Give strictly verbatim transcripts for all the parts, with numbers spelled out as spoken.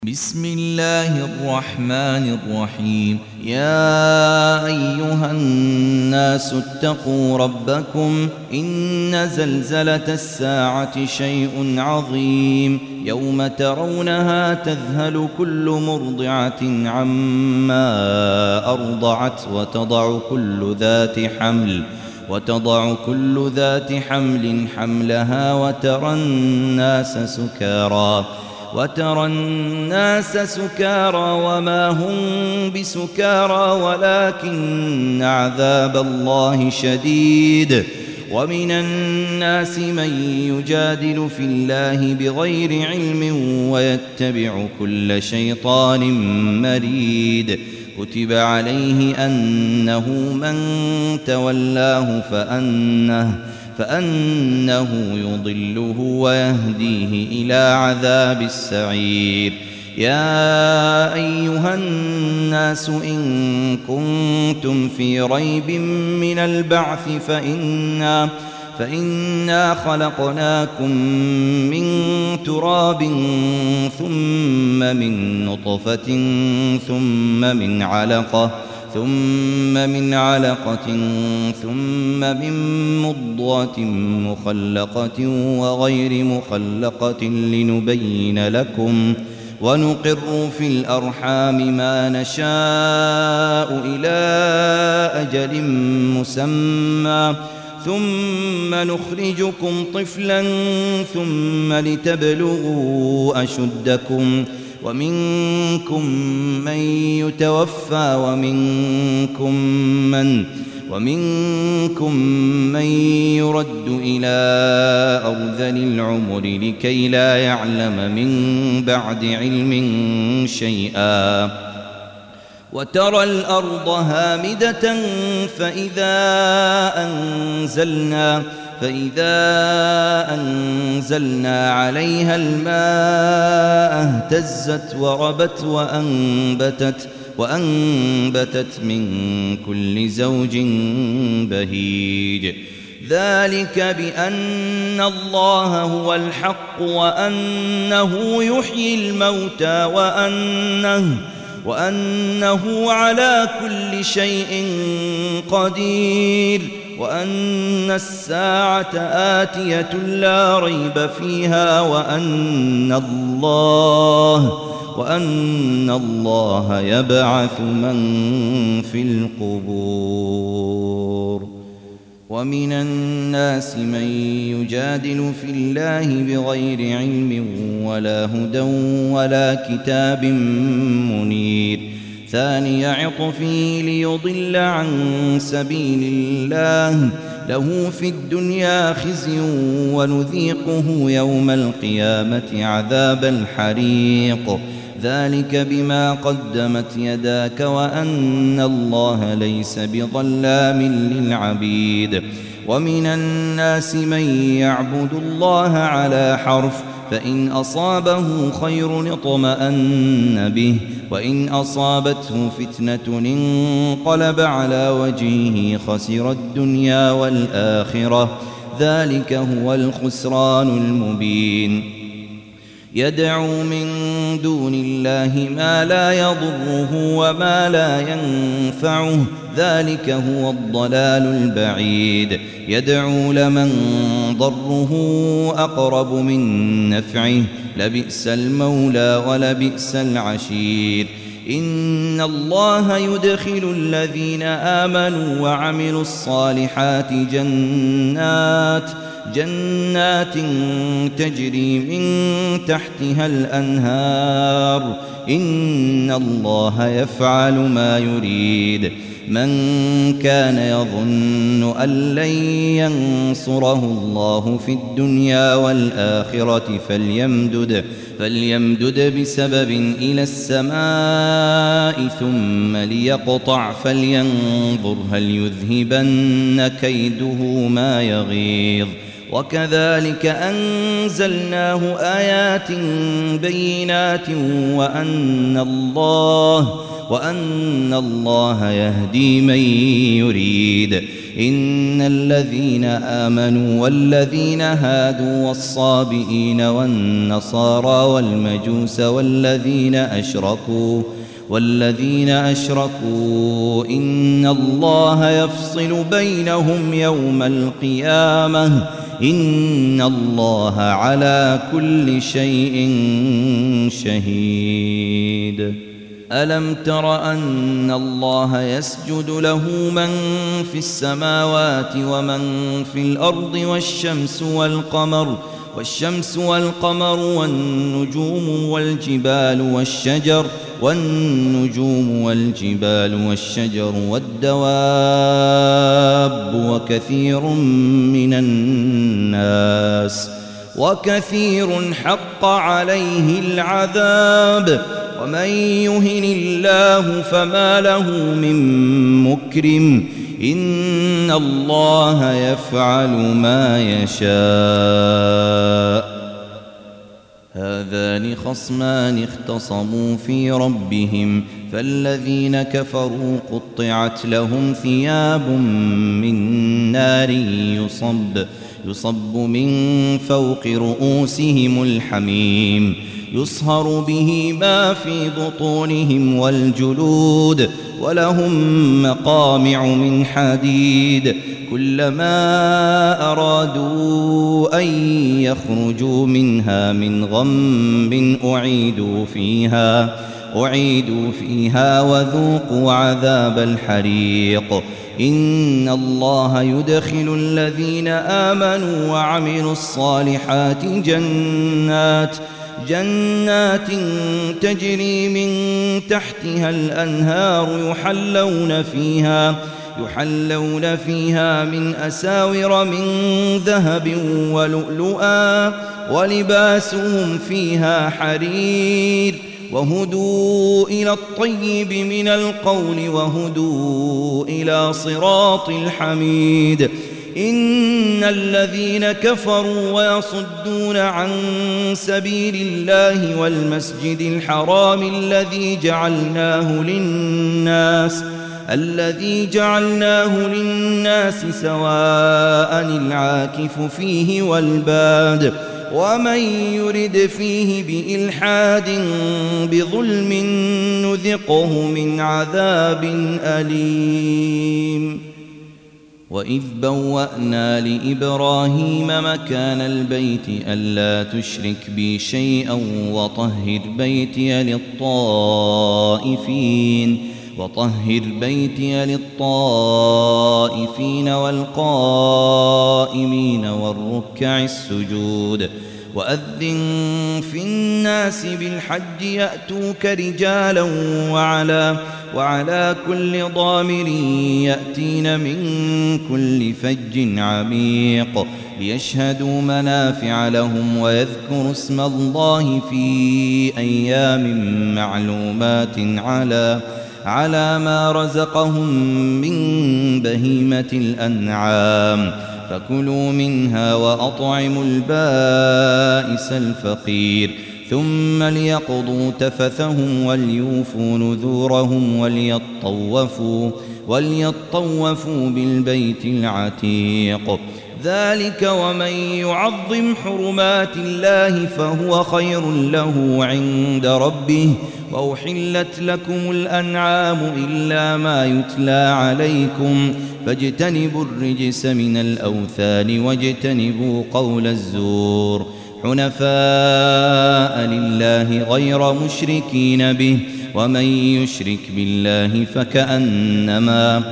بسم الله الرحمن الرحيم. يا أيها الناس اتقوا ربكم إن زلزلة الساعة شيء عظيم يوم ترونها تذهل كل مرضعة عما أرضعت وتضع كل ذات حمل وتضع كل ذات حمل حملها وترى الناس سكارى وترى الناس سكارى وما هم بسكارى ولكن عذاب الله شديد. ومن الناس من يجادل في الله بغير علم ويتبع كل شيطان مريد. كتب عليه أنه من تولاه فأنه فأنه يضله ويهديه إلى عذاب السعير. يا أيها الناس إن كنتم في ريب من البعث فإنا, فإنا خلقناكم من تراب ثم من نطفة ثم من علقة ثم من علقة ثم من مضغة مخلقة وغير مخلقة لنبين لكم ونقر في الأرحام ما نشاء إلى أجل مسمى ثم نخرجكم طفلا ثم لتبلغوا أشدكم ومنكم من يتوفى ومنكم من ومنكم من يرد إلى أرذل العمر لكي لا يعلم من بعد علم شيئا. وترى الأرض هامدة فإذا أنزلنا فإذا أنزلنا عليها الماء اهتزت وربت وأنبتت وأنبتت من كل زوج بهيج. ذلك بأن الله هو الحق وأنه يحيي الموتى وأنه وأنه على كل شيء قدير وأن الساعة آتية لا ريب فيها وأن الله وأن الله يبعث من في القبور. ومن الناس من يجادل في الله بغير علم ولا هدى ولا كتاب منير. ثاني عطفه ليضل عن سبيل الله له في الدنيا خزي ونذيقه يوم القيامة عذاب الحريق. ذلك بما قدمت يداك وأن الله ليس بظلام للعبيد. ومن الناس من يعبد الله على حرف فإن أصابه خير اطمأن به وإن أصابته فتنة انقلب على وجهه خسر الدنيا والآخرة. ذلك هو الخسران المبين. يدعو من دون الله ما لا يضره وما لا ينفعه ذلك هو الضلال البعيد. يدعو لمن ضره أقرب من نفعه لبئس المولى ولبئس العشير. إن الله يدخل الذين آمنوا وعملوا الصالحات جنات جنات تجري من تحتها الأنهار. إن الله يفعل ما يريد. من كان يظن أن لن ينصره الله في الدنيا والآخرة فليمدد, فليمدد بسبب إلى السماء ثم ليقطع فلينظر هل يذهبن كيده ما يغيظ. وكذلك أنزلناه آيات بينات وأن الله وأن الله يهدي من يريد. إن الذين آمنوا والذين هادوا والصابئين والنصارى والمجوس والذين أشركوا والذين أشركوا إن الله يفصل بينهم يوم القيامة إن الله على كل شيء شهيد. ألم تر أن الله يسجد له من في السماوات ومن في الأرض والشمس والقمر والشمس والقمر والنجوم والجبال والشجر والنجوم والجبال والشجر والدواب وكثير من الناس وكثير حق عليه العذاب ومن يهن الله فما له من مكرم إن الله يفعل ما يشاء. هذان خصمان اختصموا في ربهم فالذين كفروا قطعت لهم ثياب من نار يصب يصب من فوق رؤوسهم الحميم يصهر به ما في بطونهم والجلود ولهم مقامع من حديد كلما أرادوا أن يخرجوا منها من غم أعيدوا فيها أعيدوا فيها وذوقوا عذاب الحريق. إن الله يدخل الذين آمنوا وعملوا الصالحات جنات جنات تجري من تحتها الأنهار يحلون فيها يحلون فيها من أساور من ذهب ولؤلؤا ولباسهم فيها حرير وهدوا إلى الطيب من القول وهدوا إلى صراط الحميد. إن الذين كفروا ويصدون عن سبيل الله والمسجد الحرام الذي جعلناه للناس الذي جعلناه للناس سواء العاكف فيه والباد ومن يرد فيه بإلحاد بظلم نذقه من عذاب أليم. وإذ بوأنا لإبراهيم مكان البيت ألا تشرك بي شيئا وطهر بيتي للطائفين وطهر بيتي للطائفين والقائمين والركع السجود. وأذن في الناس بالحج يأتوك رجالا وعلى وعلى كل ضامر يأتين من كل فج عميق ليشهدوا منافع لهم ويذكروا اسم الله في أيام معلومات على على ما رزقهم من بهيمة الأنعام فكلوا منها وأطعموا البائس الفقير ثم ليقضوا تفثهم وليوفوا نذورهم وليطوفوا وليطوفوا بالبيت العتيق. ذلك ومن يعظم حرمات الله فهو خير له عند ربه. وأحلت لكم الأنعام إلا ما يتلى عليكم فاجتنبوا الرجس من الأوثان واجتنبوا قول الزور حنفاء لله غير مشركين به ومن يشرك بالله فكأنما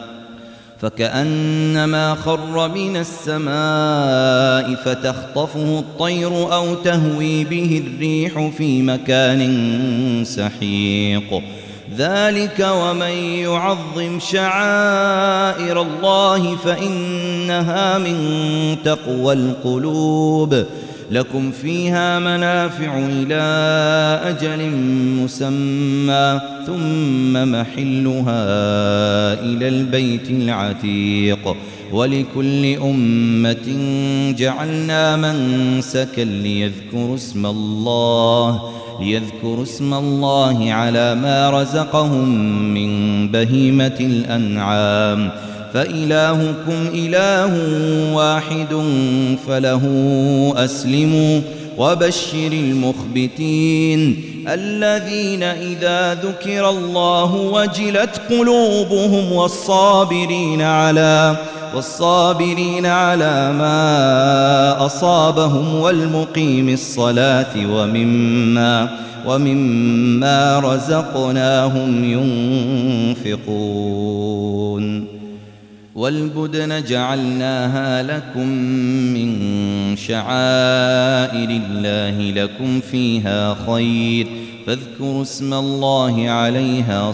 فكأنما خر من السماء فتخطفه الطير أو تهوي به الريح في مكان سحيق. ذلك ومن يعظم شعائر الله فإنها من تقوى القلوب. لكم فيها منافع إلى أجل مسمى ثم محلها إلى البيت العتيق ولكل أمة جعلنا منسكا ليذكروا اسم الله ليذكروا اسم الله على ما رزقهم من بهيمة الأنعام فإلهكم إله واحد فله أسلموا وبشر المخبتين الذين إذا ذكر الله وجلت قلوبهم والصابرين على والصابرين على ما أصابهم والمقيم الصلاة ومما ومما رزقناهم ينفقون والبدن جعلناها لكم من شعائر الله لكم فيها خير فاذكروا اسم الله عليها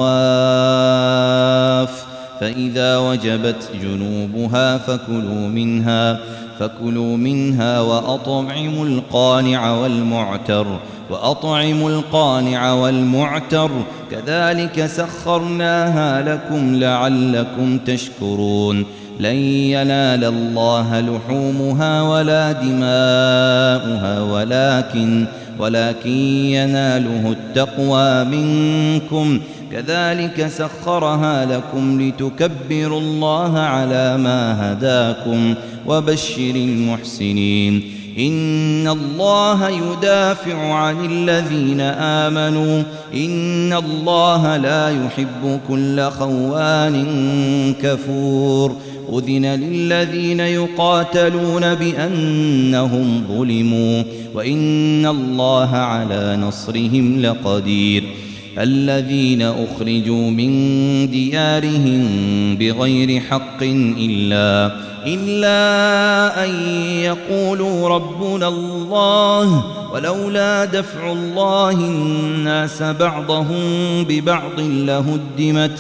صواف فإذا وجبت جنوبها فكلوا منها فكلوا منها وأطعموا القانع والمعتر وأطعموا القانع والمعتر كذلك سخرناها لكم لعلكم تشكرون لن ينال الله لحومها ولا دماؤها ولكن ولكن يناله التقوى منكم كذلك سخرها لكم لتكبروا الله على ما هداكم وبشر المحسنين إن الله يدافع عن الذين آمنوا إن الله لا يحب كل خوان كفور أذن للذين يقاتلون بأنهم ظلموا وإن الله على نصرهم لقدير الذين أخرجوا من ديارهم بغير حق إلا إلا أن يقولوا ربنا الله ولولا دفع الله الناس بعضهم ببعض لهدمت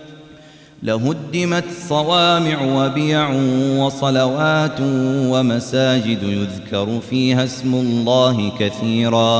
لهدمت صوامع وبيع وصلوات ومساجد يذكر فيها اسم الله كثيرا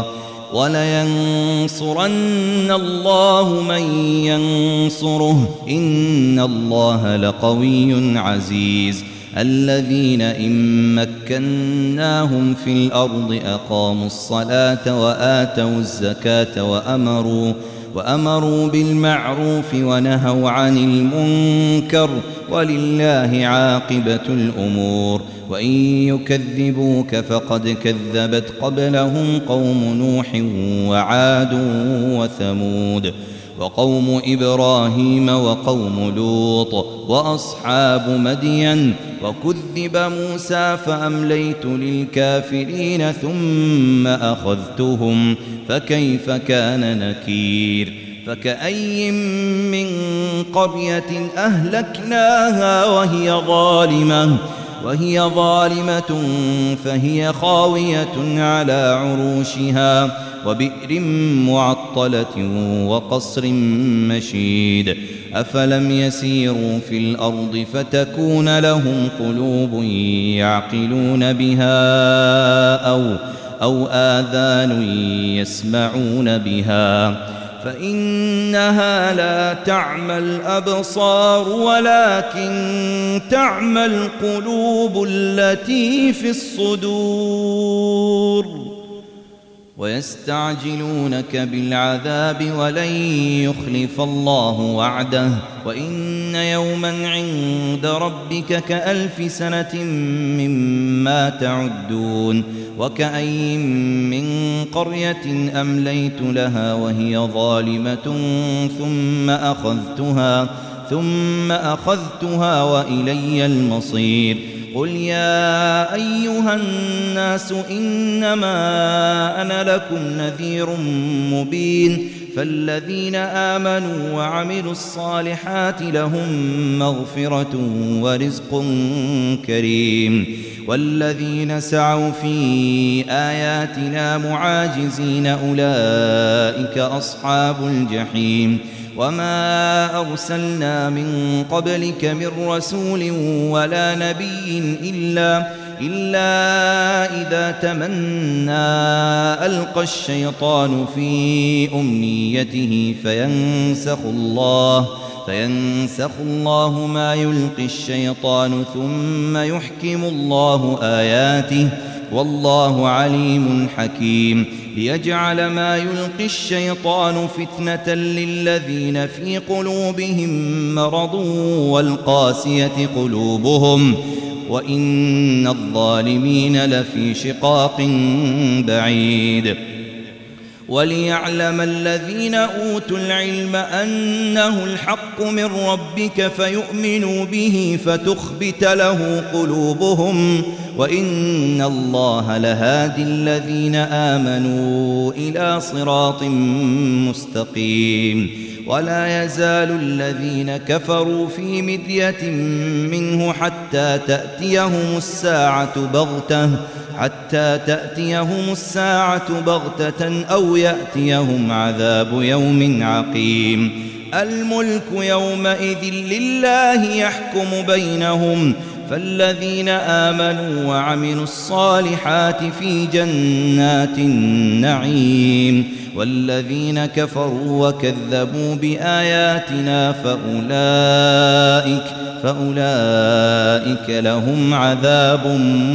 ولينصرن الله من ينصره إن الله لقوي عزيز الذين إن مكناهم في الأرض أقاموا الصلاة وآتوا الزكاة وأمروا وأمروا بالمعروف ونهوا عن المنكر ولله عاقبة الأمور وإن يكذبوك فقد كذبت قبلهم قوم نوح وعاد وثمود وقوم إبراهيم وقوم لوط وأصحاب مدين وكذب موسى فأمليت للكافرين ثم أخذتهم فكيف كان نكير فكأي من قرية أهلكناها وهي ظالمة وهي ظالمة فهي خاوية على عروشها وبئر معطلة وقصر مشيد أفلم يسيروا في الأرض فتكون لهم قلوب يعقلون بها أو, أو آذان يسمعون بها فإنها لا تعمى الأبصار ولكن تعمى القلوب التي في الصدور ويستعجلونك بالعذاب ولن يخلف الله وعده وإن يوما عند ربك كألف سنة مما تعدون وكأي من قرية أمليت لها وهي ظالمة ثم أخذتها ثم أخذتها وإلي المصير قل يا أيها الناس إنما أنا لكم نذير مبين فالذين آمنوا وعملوا الصالحات لهم مغفرة ورزق كريم والذين سعوا في آياتنا معاجزين أولئك أصحاب الجحيم وما أرسلنا من قبلك من رسول ولا نبي إلا, إلا إذا تمنى ألقى الشيطان في أمنيته فينسخ الله فينسخ الله ما يلقي الشيطان ثم يحكم الله آياته والله عليم حكيم ليجعل ما يلقي الشيطان فتنة للذين في قلوبهم مرض والقاسية قلوبهم وإن الظالمين لفي شقاق بعيد وليعلم الذين أوتوا العلم أنه الحق من ربك فيؤمنوا به فتخبت له قلوبهم وإن الله لهادي الذين آمنوا إلى صراط مستقيم ولا يزال الذين كفروا في مرية منه حتى تأتيهم الساعة بغتة حتى تأتيهم الساعة بغتة أو يأتيهم عذاب يوم عقيم الملك يومئذ لله يحكم بينهم فالذين آمنوا وعملوا الصالحات في جنات النعيم والذين كفروا وكذبوا بآياتنا فأولئك فأولئك لهم عذاب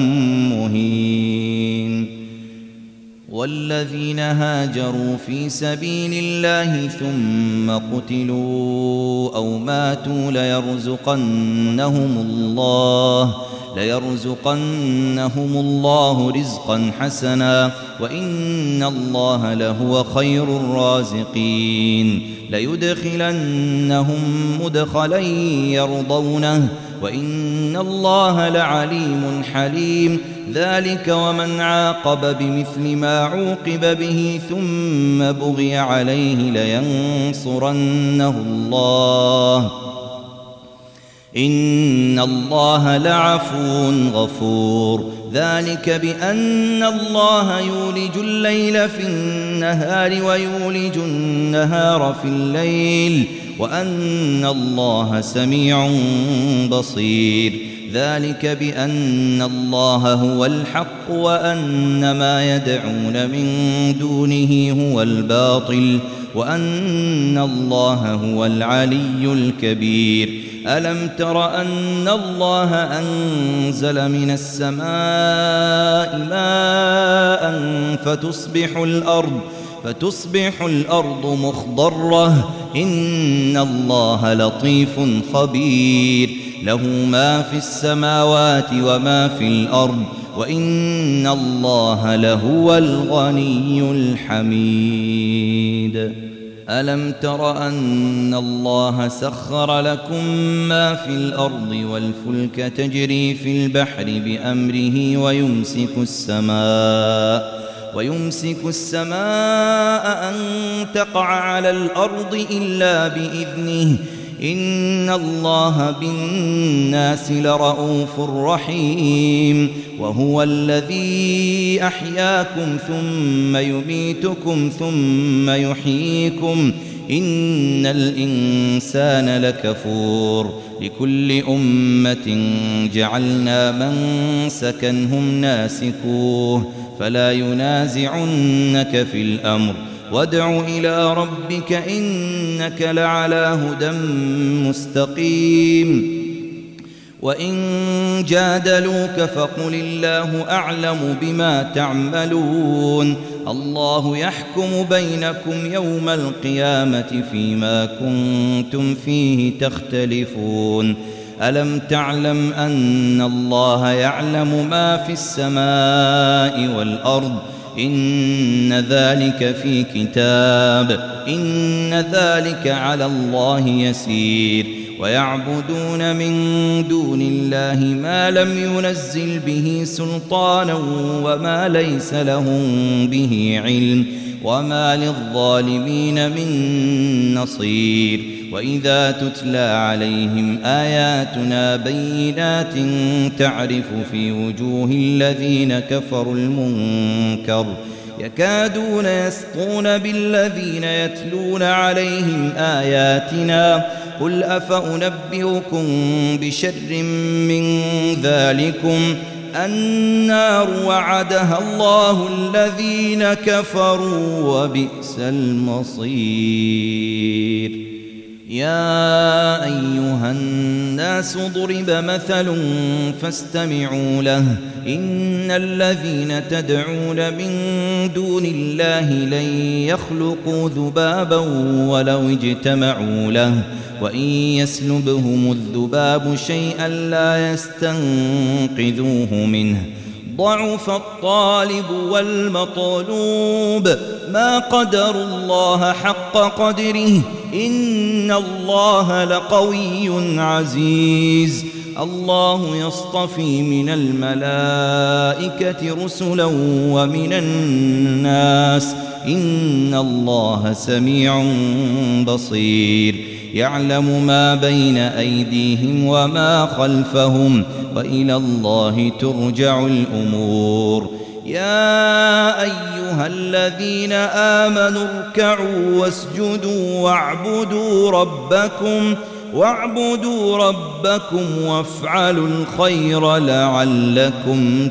مهين والذين هاجروا في سبيل الله ثم قتلوا أو ماتوا ليرزقنهم الله ليرزقنهم الله رزقا حسنا وإن الله لهو خير الرازقين ليدخلنهم مدخلا يرضونه وإن الله لعليم حليم ذلك ومن عاقب بمثل ما عوقب به ثم بغي عليه لينصرنه الله إن الله لعفو غفور ذلك بأن الله يولج الليل في النهار ويولج النهار في الليل وأن الله سميع بصير ذلك بأن الله هو الحق وأن ما يدعون من دونه هو الباطل وأن الله هو العلي الكبير ألم تر أن الله أنزل من السماء ماء فتصبح الأرض فتصبح الأرض مخضرة إن الله لطيف خبير له ما في السماوات وما في الأرض وإن الله لهو الغني الحميد ألم تر أن الله سخر لكم ما في الأرض والفلك تجري في البحر بأمره ويمسك السماء ويمسك السماء أن تقع على الأرض إلا بإذنه إن الله بالناس لرؤوف رحيم وهو الذي أحياكم ثم يميتكم ثم يحييكم إن الإنسان لكفور لكل أمة جعلنا منسكا هم ناسكوه فلا ينازعنك في الأمر وادع إلى ربك إنك لعلى هدى مستقيم وإن جادلوك فقل الله أعلم بما تعملون الله يحكم بينكم يوم القيامة فيما كنتم فيه تختلفون ألم تعلم أن الله يعلم ما في السماء والأرض إن ذلك في كتاب إن ذلك على الله يسير ويعبدون من دون الله ما لم ينزل به سلطانا وما ليس لهم به علم وما للظالمين من نصير وإذا تتلى عليهم آياتنا بينات تعرف في وجوه الذين كفروا المنكر يكادون يسطون بالذين يتلون عليهم آياتنا قل أفأنبئكم بشر من ذلكم النار وعدها الله الذين كفروا وبئس المصير. يا أيها الناس ضرب مثل فاستمعوا له إن الذين تدعون من دون الله لن يخلقوا ذبابا ولو اجتمعوا له وإن يسلبهم الذباب شيئا لا يستنقذوه منه ضعف الطالب والمطلوب ما قدروا الله حق قدره إن الله لقوي عزيز. الله يصطفي من الملائكة رسلا ومن الناس إن الله سميع بصير. يعلم ما بين أيديهم وما خلفهم وإلى الله ترجع الأمور. يا أيها الذين آمنوا اركعوا واسجدوا واعبدوا ربكم واعبدوا ربكم وافعلوا الخير لعلكم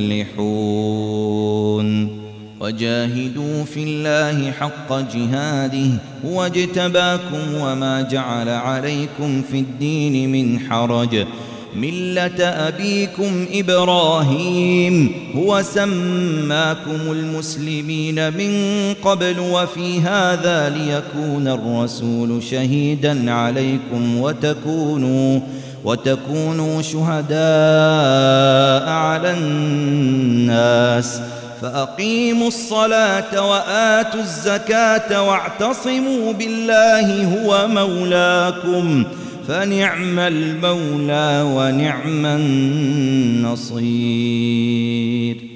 تفلحون. وجاهدوا في الله حق جهاده هو اجتباكم وما جعل عليكم في الدين من حرج ملة أبيكم إبراهيم هو سماكم المسلمين من قبل وفي هذا ليكون الرسول شهيدا عليكم وتكونوا وتكونوا شهداء على الناس فأقيموا الصلاة وآتوا الزكاة واعتصموا بالله هو مولاكم فنعم المولى ونعم النصير.